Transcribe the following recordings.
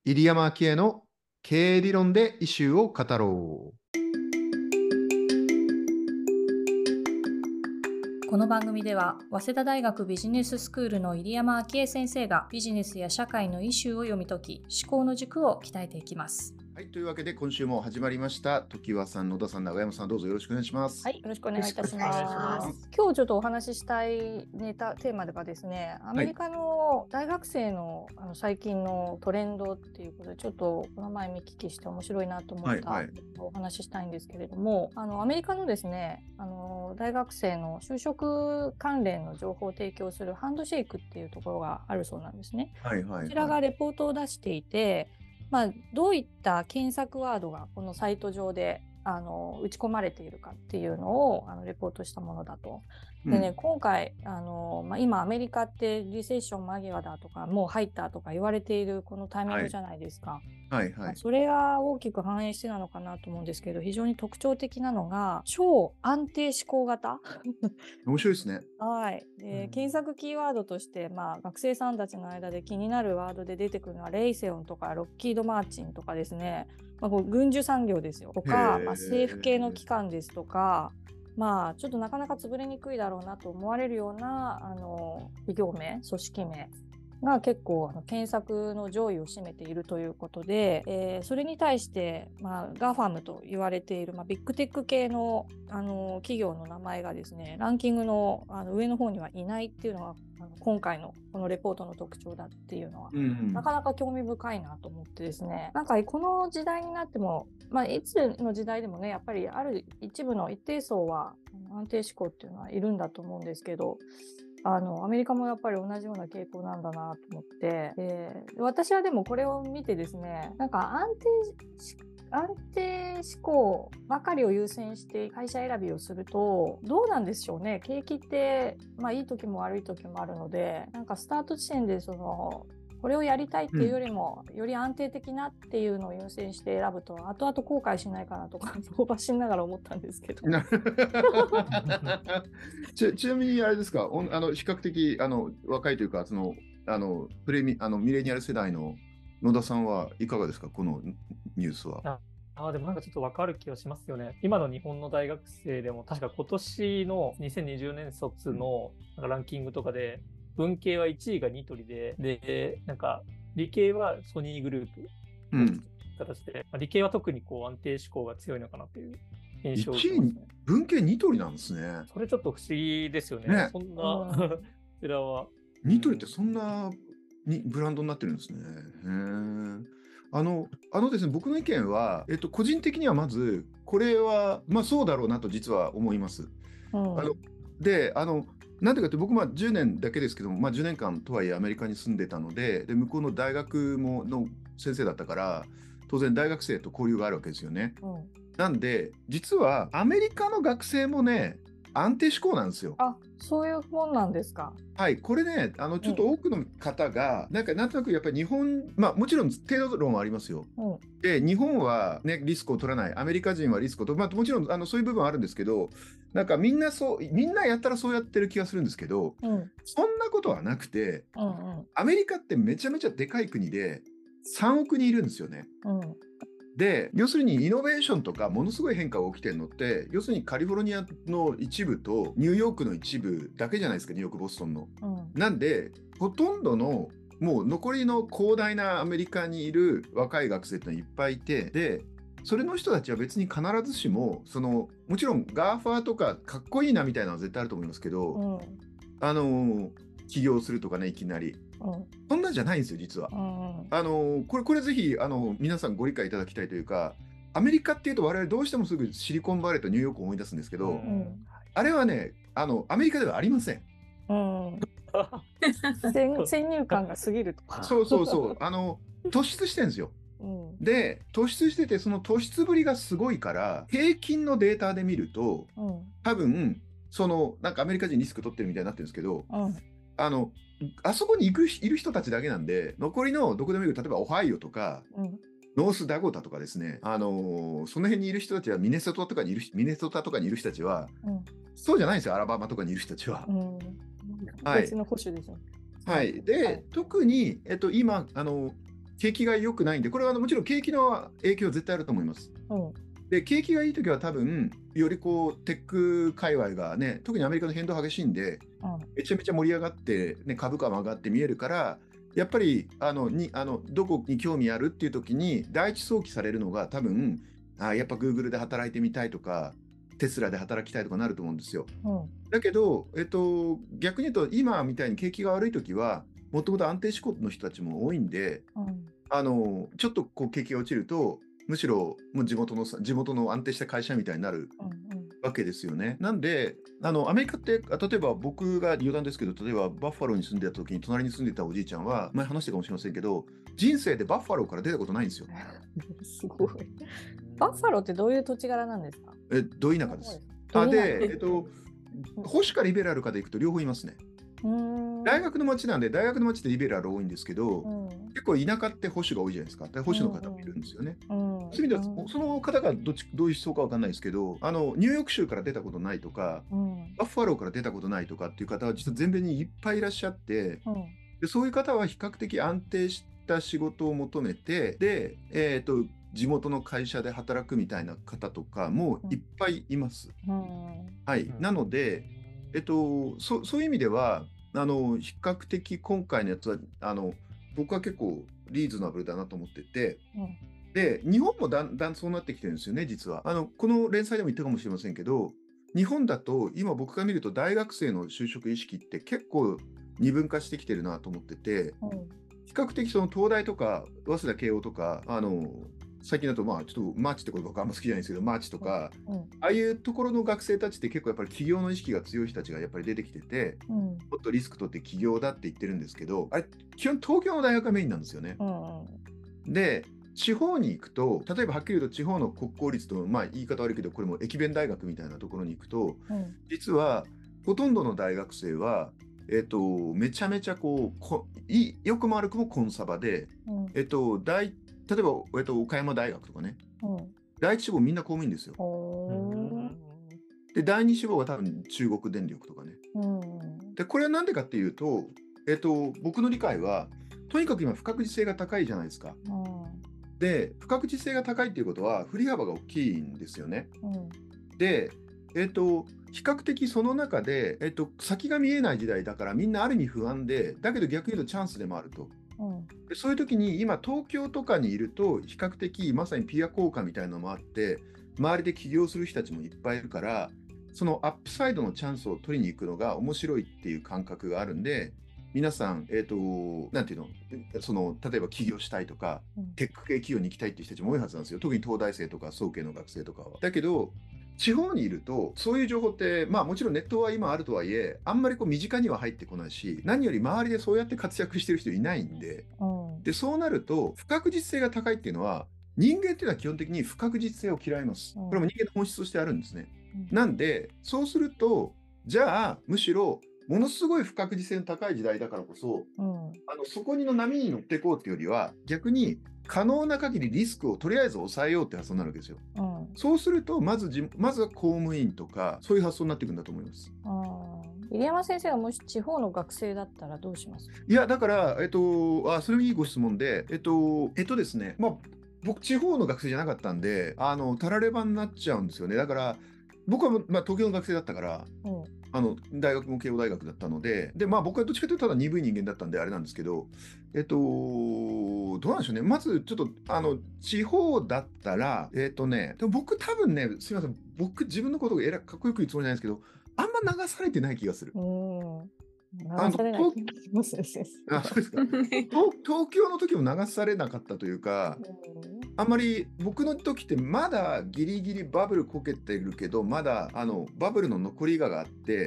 入山昭恵の経営理論でイシューを語ろう。 この番組では早稲田大学ビジネススクールの入山昭恵先生がビジネスや社会のイシューを読み解き、思考の軸を鍛えていきます。 はい、というわけで今週も始まりました。常盤さん、野田さん、永山さん、どうぞよろしくお願いします。 はい、よろしくお願いいたします。今日ちょっとお話ししたいテーマがですね、アメリカの大学生の、最近のトレンドっていうことで、ちょっとこの前見聞きして面白いなと思ったお話ししたいんですけれども、アメリカのですね、大学生の就職関連の情報を提供するハンドシェイクっていうところがあるそうなんですね。こちらがレポートを出していて、どういった検索ワードがこのサイト上で打ち込まれているかっていうのをレポートしたものだと。でね、今回今アメリカってリセッション間際だとかもう入ったとか言われているこのタイミングじゃないですか。それが大きく反映してなのかなと思うんですけど、非常に特徴的なのが超安定思考型面白いですね。 はい。で、検索キーワードとして、学生さんたちの間で気になるワードで出てくるのはレイセオンとかロッキード・マーチンとかですね、軍需産業ですよとか、政府系の機関ですとか、ちょっとなかなか潰れにくいだろうなと思われるような企業名、組織名が結構検索の上位を占めているということで、それに対して、ガファムと言われている、ビッグテック系の、企業の名前がですね、ランキングの、上の方にはいないっていうのが今回のこのレポートの特徴だっていうのは、なかなか興味深いなと思ってですね、なんかこの時代になっても、いつの時代でもね、やっぱりある一部の一定層は安定志向っていうのはいるんだと思うんですけど、アメリカもやっぱり同じような傾向なんだなと思って、私はでもこれを見てですね、なんか安定志向ばかりを優先して会社選びをするとどうなんでしょうね。景気っていい時も悪い時もあるので、なんかスタート地点でこれをやりたいっていうよりも、より安定的なっていうのを優先して選ぶと後々後悔しないかなとか相場しながら思ったんですけどちなみにあれですか、比較的若いというかミレニアル世代の野田さんはいかがですか、このニュースは。 でもなんかちょっとわかる気がしますよね。今の日本の大学生でも確か今年の2020年卒のなんかランキングとかで、文系は1位がニトリで、なんか理系はソニーグループという形で、理系は特に安定志向が強いのかなという印象を受けますね。 文系ニトリなんですね。 それちょっと不思議ですよね。そんなこちらは。 ニトリってそんなブランドになってるんですね。ですね、僕の意見は、個人的にはまず、これは、そうだろうなと実は思います。で、なんでかって僕10年だけですけども、10年間とはいえアメリカに住んでたので、向こうの大学の先生だったから、当然大学生と交流があるわけですよね。なんで、実はアメリカの学生もね、安定志向なんですよ。 そういうもんなんですか。 はい、これね、ちょっと多くの方が、なんとなくやっぱり日本、もちろん程度論はありますよ。で、日本はね、リスクを取らない、アメリカ人はリスクを取る、もちろんそういう部分はあるんですけど、なんかみんなやったらそうやってる気がするんですけど、そんなことはなくて、アメリカってめちゃめちゃでかい国で、3億人いるんですよね。で、要するにイノベーションとかものすごい変化が起きてるのって、要するにカリフォルニアの一部とニューヨークの一部だけじゃないですか、ニューヨーク、ボストンの。なんで、ほとんどのもう残りの広大なアメリカにいる若い学生ってのはいっぱいいて、で、それの人たちは別に必ずしも、もちろんガーファーとかかっこいいなみたいなのは絶対あると思いますけど、起業するとかね、いきなり。そんなんじゃないんですよ、実は。これぜひ皆さんご理解いただきたいというか、アメリカっていうと我々どうしてもすぐシリコンバレーとニューヨークを思い出すんですけど、あれはね、アメリカではありません。 先入観が過ぎるとか。 そう。突出してるんですよ。で、突出してて、その突出ぶりがすごいから、平均のデータで見ると、多分、なんかアメリカ人リスク取ってるみたいになってるんですけど、あそこにいる人たちだけなんで、残りのどこでもいい、例えばオハイオとか、ノースダコタとかですね、その辺にいる人たちはミネソタとかにいる人たちは、そうじゃないんですよ、アラバマとかにいる人たちは。 別の保守ですよね。 で、特に、今、 景気が良くないんで、これはもちろん景気の影響は絶対あると思います。で、景気がいいときは多分、よりこう、テック界隈がね、特にアメリカの変動激しいんで、めちゃめちゃ盛り上がって、ね、株価も上がって見えるから、やっぱりどこに興味あるっていうときに、第一想起されるのが多分、やっぱ Google で働いてみたいとか、テスラで働きたいとかなると思うんですよ。だけど、逆に言うと、今みたいに景気が悪いときは、もともと安定志向の人たちも多いんで、ちょっとこう景気が落ちると、むしろもう地元の安定した会社みたいになるわけですよね。なんで、アメリカって、例えば僕が余談ですけど、例えばバッファローに住んでた時に隣に住んでたおじいちゃんは、前話したかもしれませんけど、人生でバッファローから出たことないんですよ。 すごい。バッファローってどういう土地柄なんですか？ ど田舎です。で、保守かリベラルかでいくと両方いますね。大学の町なんで、大学の町ってリベラル多いんですけど、結構田舎って保守が多いじゃないですか。保守の方もいるんですよね。そういう意味では、その方がどういう思想かわかんないですけど、ニューヨーク州から出たことないとか、バッファローから出たことないとかっていう方は実は全米にいっぱいいらっしゃって、でそういう方は比較的安定した仕事を求めて、で、地元の会社で働くみたいな方とかもいっぱいいます。はい。なので、そういう意味では、比較的今回のやつは、僕は結構リーズナブルだなと思ってて、で、日本もだんだんそうなってきてるんですよね、実は。この連載でも言ったかもしれませんけど、日本だと、今僕が見ると大学生の就職意識って結構二分化してきてるなと思ってて、比較的その東大とか、早稲田慶応とか、最近だとちょっとマーチってこと僕あんま好きじゃないんですけど、マーチとか、ああいうところの学生たちって結構やっぱり企業の意識が強い人たちがやっぱり出てきてて、もっとリスク取って起業だって言ってるんですけど、あれ基本東京の大学がメインなんですよね。で、地方に行くと、例えばはっきり言うと地方の国公立と、言い方悪いけどこれも駅弁大学みたいなところに行くと、実はほとんどの大学生はめちゃめちゃ良くも悪くもコンサバで、例えば、岡山大学とかね、第一志望みんな公務員ですよ。で、第二志望は多分中国電力とかね。で、これはなんでかっていうと、僕の理解は、とにかく今不確実性が高いじゃないですか。で、不確実性が高いっていうことは、振り幅が大きいんですよね。で、比較的その中で、先が見えない時代だからみんなある意味不安で、だけど逆に言うとチャンスでもあると。でそういう時に今東京とかにいると比較的まさにピア効果みたいなのもあって周りで起業する人たちもいっぱいいるからそのアップサイドのチャンスを取りに行くのが面白いっていう感覚があるんで皆さん、なんていうの例えば起業したいとか、テック系企業に行きたいっていう人たちも多いはずなんですよ。特に東大生とか早慶の学生とかは。だけど地方にいるとそういう情報ってもちろんネットは今あるとはいえあんまり身近には入ってこないし何より周りでそうやって活躍してる人いないんで、でそうなると不確実性が高いっていうのは人間っていうのは基本的に不確実性を嫌います。これも人間の本質としてあるんですね。なんでそうするとじゃあむしろものすごい不確実性の高い時代だからこそ、そこにの波に乗っていこうっていうよりは逆に可能な限りリスクをとりあえず抑えようって発想になるわけですよ。そうするとまずは公務員とかそういう発想になっていくんだと思います。 入山先生はもし地方の学生だったらどうします？ いやだからそれもいいご質問でですね僕地方の学生じゃなかったんでたらればになっちゃうんですよね。だから僕は、東京の学生だったから、大学も慶応大学だったので、僕はどっちかというとただ鈍い人間だったんであれなんですけど、どうなんでしょうね。まずちょっと地方だったらでも僕多分ねすみません僕自分のことをかっこよく言うつもりじゃないですけどあんま流されてない気がする。 流されない気がしますね。 そうですか。東京の時も流されなかったというか、あんまり僕の時ってまだギリギリバブルこけてるけどまだバブルの残りがあって、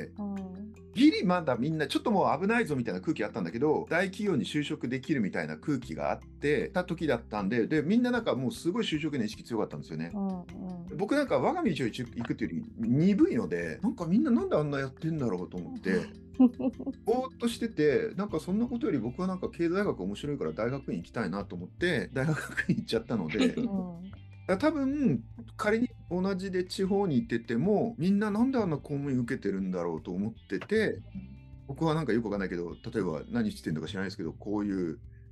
ギリまだみんなちょっともう危ないぞみたいな空気あったんだけど大企業に就職できるみたいな空気があってた時だったんでみんななんかもうすごい就職の意識強かったんですよね。僕なんか我が道を行くっていうより鈍いのでなんかみんななんであんなやってんだろうと思ってぼーっとしててなんかそんなことより僕はなんか経済学面白いから大学院行きたいなと思って大学院行っちゃったので多分仮に同じで地方に行っててもみんななんであんな公務員受けてるんだろうと思ってて僕はなんかよくわかんないけど例えば何してんのか知らないですけどこういう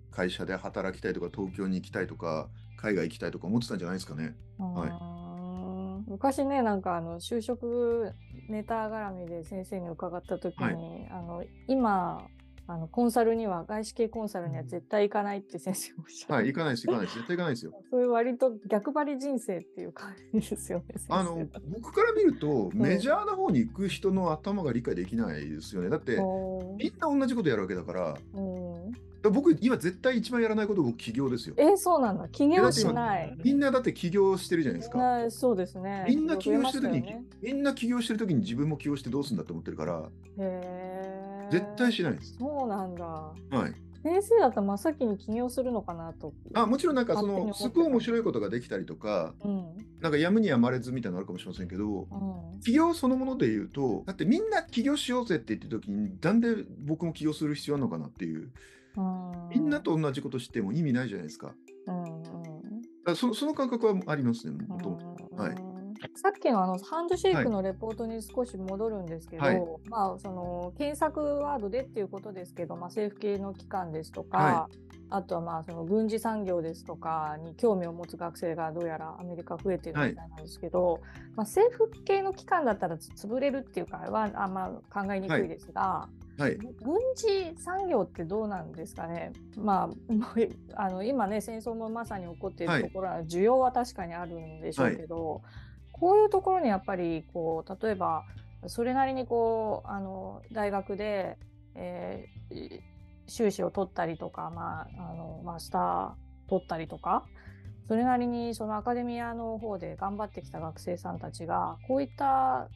会社で働きたいとか、東京に行きたいとか、海外行きたいとか思ってたんじゃないですかね。はい、 昔ね、なんか就職ネタ絡みで先生に伺った時に、はい、今コンサルには、外資系コンサルには絶対行かないって先生おっしゃる。 はい、行かないです、行かないです、絶対行かないですよ。 そういう割と逆張り人生っていう感じですよね。 僕から見ると、メジャーな方に行く人の頭が理解できないですよね。だって、みんな同じことやるわけだから、僕、今絶対一番やらないこと僕、起業ですよ。 そうなんだ。起業しない。 みんなだって起業してるじゃないですか。 そうですね。 みんな起業してる時に、みんな起業してる時に自分も起業してどうするんだって思ってるから、絶対しないです。 そうなんだ。 はい。 先生だったら真っ先に起業するのかなと。 もちろんなんかすごい面白いことができたりとか、なんかやむにやまれずみたいなのあるかもしれませんけど、起業そのもので言うと、だってみんな起業しようぜって言ってる時に、なんで僕も起業する必要あるのかなっていう。みんなと同じことしても意味ないじゃないですか。その感覚はありますね、もともと。はい。 さっきのハンドシェイクのレポートに少し戻るんですけど、はい、その検索ワードでっていうことですけど、政府系の機関ですとか、はい、あとはその軍事産業ですとかに興味を持つ学生がどうやらアメリカ増えてるみたいなんですけど、政府系の機関だったら潰れるっていうかはあんま考えにくいですが、はい、軍事産業ってどうなんですかね。今ね、戦争もまさに起こっているところは、需要は確かにあるんでしょうけど、こういうところにやっぱり例えばそれなりに大学で、修士を取ったりとか、マスター取ったりとか、それなりにそのアカデミアの方で頑張ってきた学生さんたちがこういった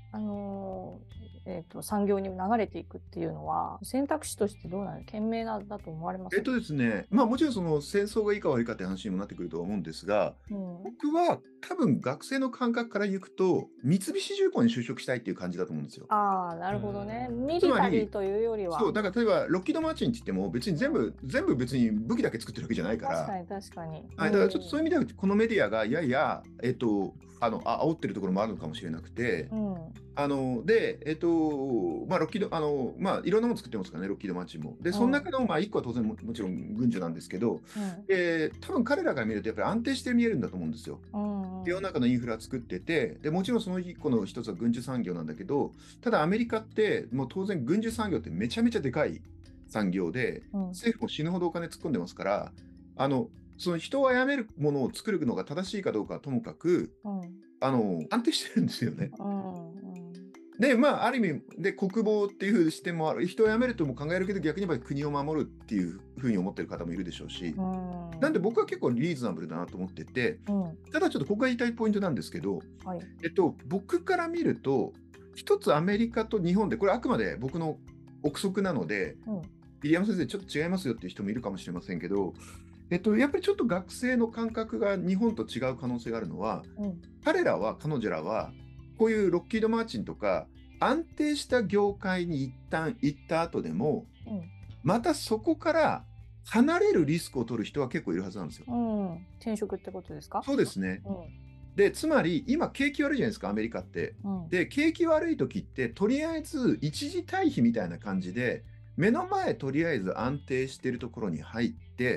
産業に流れていくっていうのは選択肢としてどうなの、賢明だと思われますか？ ですね、もちろんその戦争がいいか悪いかって話にもなってくると思うんですが、僕は多分学生の感覚からいくと三菱重工に就職したいっていう感じだと思うんですよ。 なるほどね。ミリタリーというよりは。 そう、だから例えばロッキード・マーチンって言っても別に全部別に武器だけ作ってるわけじゃないから。 確かに。 だからちょっとそういう意味ではこのメディアがやや煽ってるところもあるのかもしれなくて、で、ロッキード、いろんなもの作ってますからね、ロッキード・マーチンも。で、その中の1個は当然もちろん軍需なんですけど、多分彼らが見るとやっぱり安定して見えるんだと思うんですよ。世の中のインフラ作ってて、でもちろんその1個の一つは軍需産業なんだけど、ただアメリカってもう当然軍需産業ってめちゃめちゃでかい産業で、政府も死ぬほどお金突っ込んでますから、その人を殺めるものを作るのが正しいかどうかはともかく、安定してるんですよね。で、ある意味で国防っていう視点もある。人を辞めるとも考えるけど、逆にやっぱり国を守るっていうふうに思ってる方もいるでしょうし、なんで僕は結構リーズナブルだなと思ってて、ただちょっとここが言いたいポイントなんですけど、僕から見ると、一つアメリカと日本で、これあくまで僕の憶測なので、入山先生ちょっと違いますよっていう人もいるかもしれませんけど、やっぱりちょっと学生の感覚が日本と違う可能性があるのは、彼女らはこういうロッキード・マーチンとか安定した業界に一旦行った後でも、またそこから離れるリスクを取る人は結構いるはずなんですよ。 転職ってことですか？ そうですね。でつまり今景気悪いじゃないですか、アメリカって。で景気悪い時ってとりあえず一時退避みたいな感じで目の前とりあえず安定してるところに入って、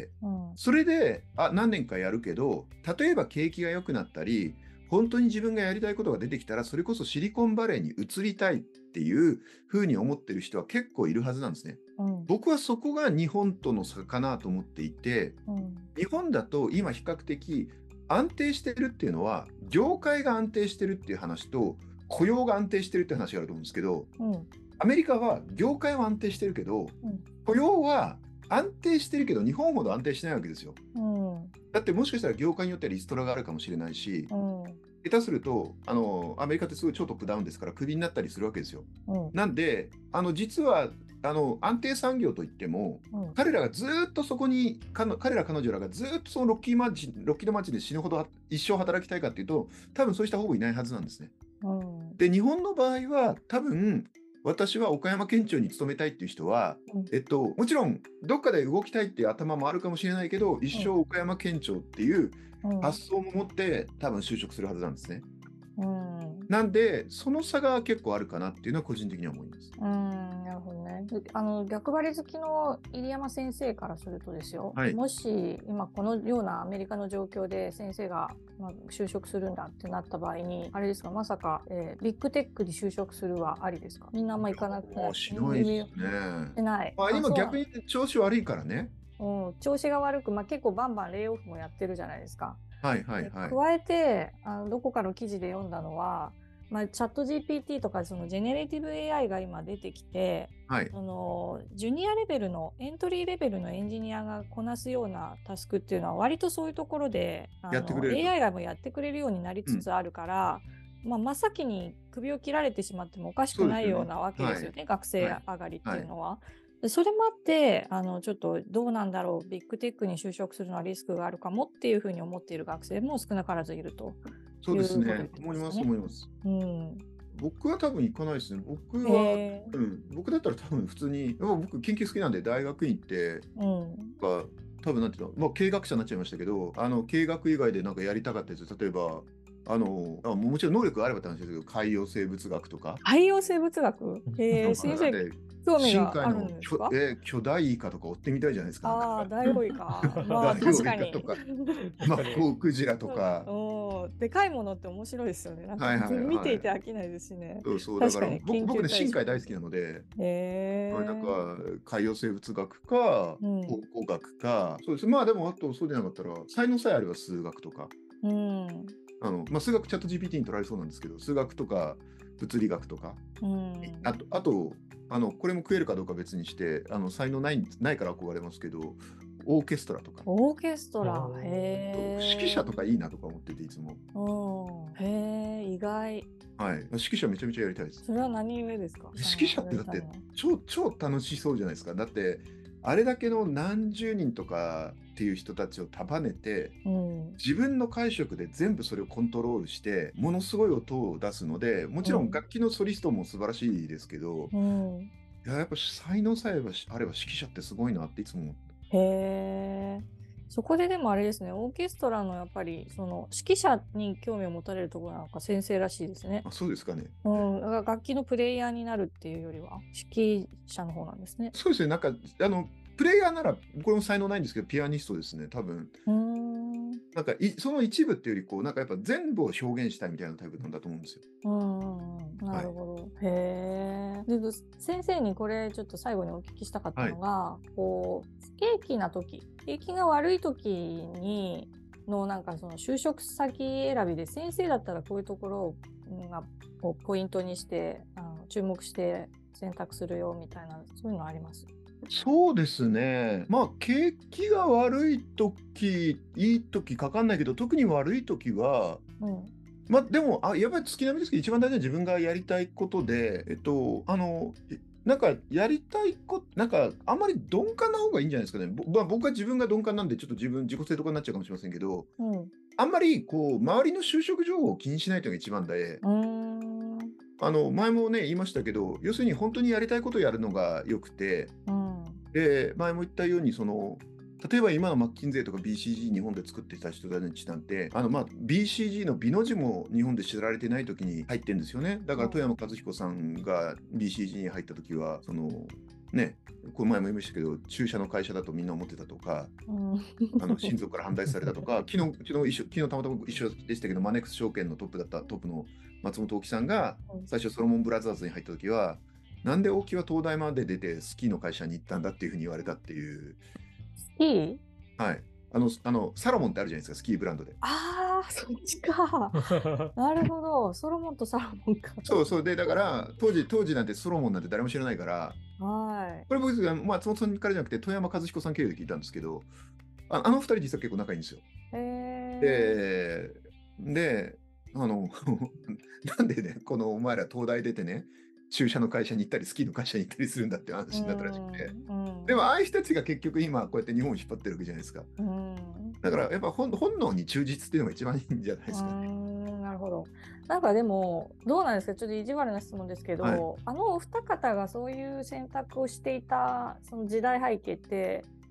それで何年かやるけど、例えば景気が良くなったり本当に自分がやりたいことが出てきたら、それこそシリコンバレーに移りたいっていうふうに思ってる人は結構いるはずなんですね。僕はそこが日本との差かなと思っていて、日本だと今比較的安定してるっていうのは業界が安定してるっていう話と雇用が安定してるっていう話があると思うんですけど、アメリカは業界は安定してるけど、雇用は安定してるけど日本ほど安定してないわけですよ。だってもしかしたら業界によってはリストラがあるかもしれないし、下手するとアメリカってすごい超トップダウンですからクビになったりするわけですよ。なんで実は安定産業といっても、彼らがずっとそこに彼女らがずっとそのロッキードマーチンで死ぬほど一生働きたいかっていうと、多分そういう人はほぼいないはずなんですね。で日本の場合は多分私は岡山県庁に勤めたいっていう人は、もちろんどっかで動きたいっていう頭もあるかもしれないけど、一生岡山県庁っていう発想も持って多分就職するはずなんですね。なんでその差が結構あるかなっていうのは個人的には思います。 なるほどね。 逆張り好きの入山先生からするとですよ、 はい、 もし今このようなアメリカの状況で先生が、就職するんだってなった場合に、あれですか、まさか、ビッグテックに就職するはありですか？みんなあんま行かなくなる。 しないですね。 しない。 今逆に調子悪いからね。 調子が悪く、結構バンバンレイオフもやってるじゃないですか。 はいはいはい。 加えてどこかの記事で読んだのは、チャット GPT とかそのジェネレティブ AI が今出てきて、 はい、 ジュニアレベルのエントリーレベルのエンジニアがこなすようなタスクっていうのは割とそういうところでやってくれる AI がもやってくれるようになりつつあるから、真っ先に首を切られてしまってもおかしくないようなわけですよね、学生上がりっていうのは。でそれもあってちょっとどうなんだろう、ビッグテックに就職するのはリスクがあるかもっていうふうに思っている学生も少なからずいると。 そうですね。思います思います。僕は多分行かないですね。僕だったら多分普通に、僕研究好きなんで大学院行って、多分なんていうの、経営学者になっちゃいましたけど、経営学以外でなんかやりたかったやつ、例えば、もちろん能力があればって話ですけど、海洋生物学とか。 海洋生物学？先生、興味があるんですか？ 巨大イカとか追ってみたいじゃないですか。 ダイオウイカ。確かに。 マッコウクジラとか。 でかいものって面白いですよね。なんか見ていて飽きないですしね。 そうだから僕ね、深海大好きなので、なんか海洋生物学か、考古学か、そうです。でもあとそうでなかったら、才能さえあれば数学とか。数学チャット GPT に取られそうなんですけど、数学とか物理学とか、あとこれも食えるかどうか別にして、才能ないから憧れますけど、オーケストラとか。 オーケストラ、 指揮者とかいいなとか思ってて、いつも。 意外。 はい、指揮者めちゃめちゃやりたいです。 それは何故ですか？ 指揮者ってだって超楽しそうじゃないですか。だってあれだけの何十人とかっていう人たちを束ねて、自分の解釈で全部それをコントロールしてものすごい音を出すので、もちろん楽器のソリストも素晴らしいですけど、やっぱ才能さえあれば指揮者ってすごいなっていつも思って。 そこででもあれですね、オーケストラのやっぱりその指揮者に興味を持たれるところなんか先生らしいですね。 そうですかね。 楽器のプレイヤーになるっていうよりは指揮者の方なんですね。 そうですね。なんかプレイヤーならこれも才能ないんですけど、ピアニストですね、多分。なんかその一部っていうよりなんかやっぱ全部を表現したいみたいなタイプなんだと思うんですよ。 なるほど。へえ。で先生にこれちょっと最後にお聞きしたかったのが、不景気な時、景気が悪い時になんかその就職先選びで、先生だったらこういうところをポイントにして注目して選択するよみたいな、そういうのあります？ そうですね。景気が悪い時、いい時かかんないけど、特に悪い時は、でもやっぱり月並みですけど、一番大事な自分がやりたいことで、なんかやりたいこと、なんかあんまり鈍感な方がいいんじゃないですかね。僕は自分が鈍感なんで、ちょっと自己正当化になっちゃうかもしれませんけど、あんまり周りの就職情報を気にしないというのが一番で。前もね言いましたけど、要するに本当にやりたいことをやるのがよくて、で前も言ったように例えば今のマッキンゼーとか BCG 日本で作ってた人たちなんて、BCG の美の字も日本で知られてない時に入ってるんですよね。だから富山和彦さんが BCG に入った時はこれ前も言いましたけど、注射の会社だとみんな思ってたとか、親族から反対されたとか、昨日たまたま一緒でしたけど、マネックス証券のトップの松本大樹さんが最初ソロモンブラザーズに入った時は、なんで大木は東大まで出てスキーの会社に行ったんだっていうふうに言われたっていう。 スキー？ はい。サロモンってあるじゃないですか、スキーブランドで。 そっちか。なるほど。ソロモンとサロモンか。 そうで、だから当時なんてソロモンなんて誰も知らないから、これ僕松本さんからじゃなくて富山和彦さん経由で聞いたんですけど、二人実は結構仲いいんですよ。でなんでね、お前ら東大出てね、注射の会社に行ったりスキーの会社に行ったりするんだって話になったらしくて、でもああいう人たちが結局今こうやって日本を引っ張ってるわけじゃないですか。だからやっぱ本能に忠実っていうのが一番いいんじゃないですかね。 なるほど。なんかでもどうなんですか、ちょっと意地悪な質問ですけど、お二方がそういう選択をしていたその時代背景って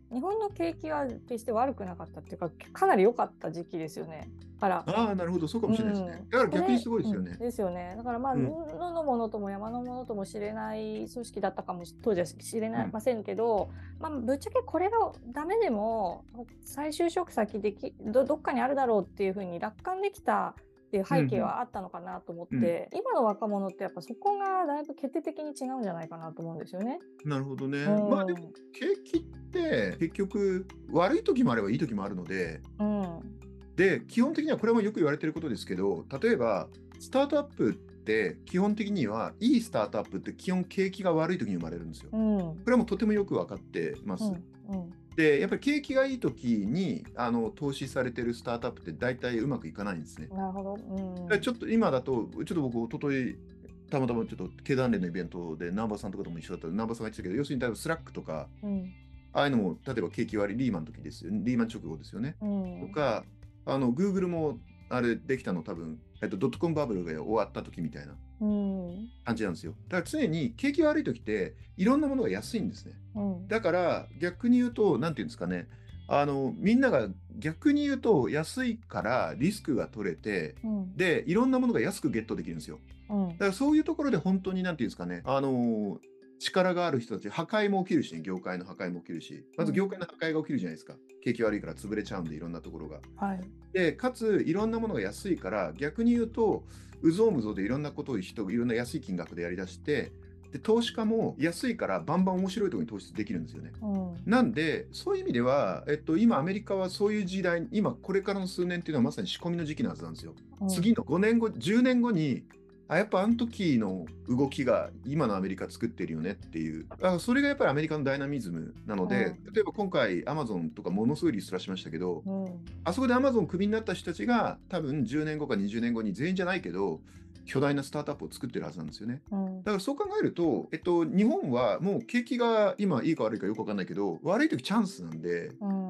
日本の景気は決して悪くなかったっていうか、かなり良かった時期ですよね。 なるほど、そうかもしれないですね。だから逆にすごいですよね。 ですよね。だから野のものとも山のものとも知れない組織だったかも当時は知れませんけど、ぶっちゃけこれがダメでも再就職先どっかにあるだろうっていうふうに楽観できたっていう背景はあったのかなと思って、今の若者ってやっぱそこがだいぶ決定的に違うんじゃないかなと思うんですよね。 なるほどね。でも景気って結局悪い時もあればいい時もあるので、で基本的にはこれもよく言われてることですけど、例えばスタートアップって基本的にはいいスタートアップって基本景気が悪い時に生まれるんですよ。これはもうとてもよく分かってます。でやっぱり景気がいい時に投資されてるスタートアップって大体うまくいかないんですね。なるほど。ちょっと今だとちょっと僕一昨日たまたまちょっと経団連のイベントで南波さんとかとも一緒だった南波さんが言ってたけど、要するに例えばスラックとか、ああいうのも例えば景気悪いリーマンの時ですよね、リーマン直後ですよね、とかGoogle もあれできたの多分、ドットコムバブルが終わった時みたいな感じなんですよ。だから常に景気悪い時っていろんなものが安いんですね。だから逆に言うとなんていうんですかね、みんなが逆に言うと安いからリスクが取れて、でいろんなものが安くゲットできるんですよ。だからそういうところで本当になんていうんですかね、力がある人たち、破壊も起きるし、ね、業界の破壊も起きるし、まず業界の破壊が起きるじゃないですか。景気悪いから潰れちゃうんで、いろんなところが。で、かつ、いろんなものが安いから、逆に言うと、うぞうむぞうでいろんなことをいろんな安い金額でやりだして、で投資家も安いからバンバン面白いところに投資できるんですよね。なんで、そういう意味では、今アメリカはそういう時代、今これからの数年っていうのはまさに仕込みの時期のはずなんですよ。次の5年後、10年後に、やっぱあの時の動きが今のアメリカ作ってるよねっていう、それがやっぱりアメリカのダイナミズムなので、例えば今回アマゾンとかものすごいリストラしましたけど、あそこでアマゾンクビになった人たちが多分10年後か20年後に全員じゃないけど巨大なスタートアップを作ってるはずなんですよね。だからそう考えると、日本はもう景気が今いいか悪いかよく分かんないけど、悪い時チャンスなんで、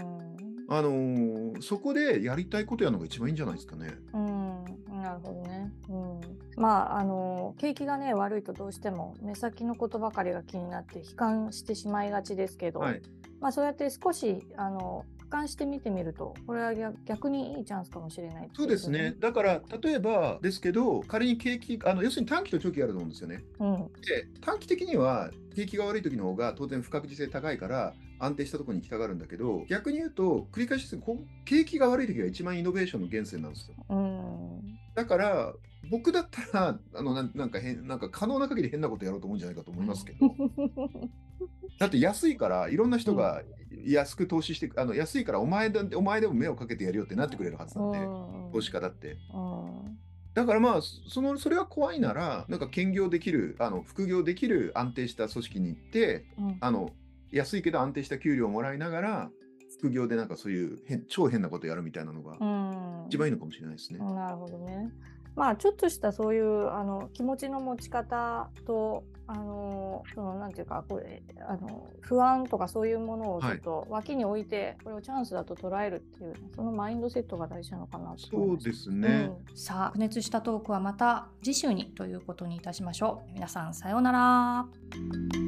そこでやりたいことやるのが一番いいんじゃないですかね。 なるほどね。景気がね悪いとどうしても目先のことばかりが気になって悲観してしまいがちですけど、そうやって少し俯瞰して見てみると、これは逆にいいチャンスかもしれない、 そうですね。だから例えばですけど、仮に景気要するに短期と長期があると思うんですよね。で短期的には景気が悪い時の方が当然不確実性高いから安定したところに行きたがるんだけど、逆に言うと繰り返しですけど、景気が悪い時が一番イノベーションの源泉なんですよ。だから僕だったらなんか可能な限り変なことやろうと思うんじゃないかと思いますけどだって安いからいろんな人が安く投資して安いからお前でも目をかけてやるよってなってくれるはずなんで、投資家だって。だからそれが怖いならなんか兼業できる副業できる安定した組織に行って、安いけど安定した給料をもらいながら副業でなんかそういう超変なことやるみたいなのが一番いいのかもしれないですね。 なるほどね。ちょっとしたそういう気持ちの持ち方となんていうか不安とかそういうものをちょっと脇に置いて、これをチャンスだと捉えるっていう、そのマインドセットが大事なのかなと思います。 そうですね。 さあ、白熱したトークはまた次週にということにいたしましょう。皆さんさようなら。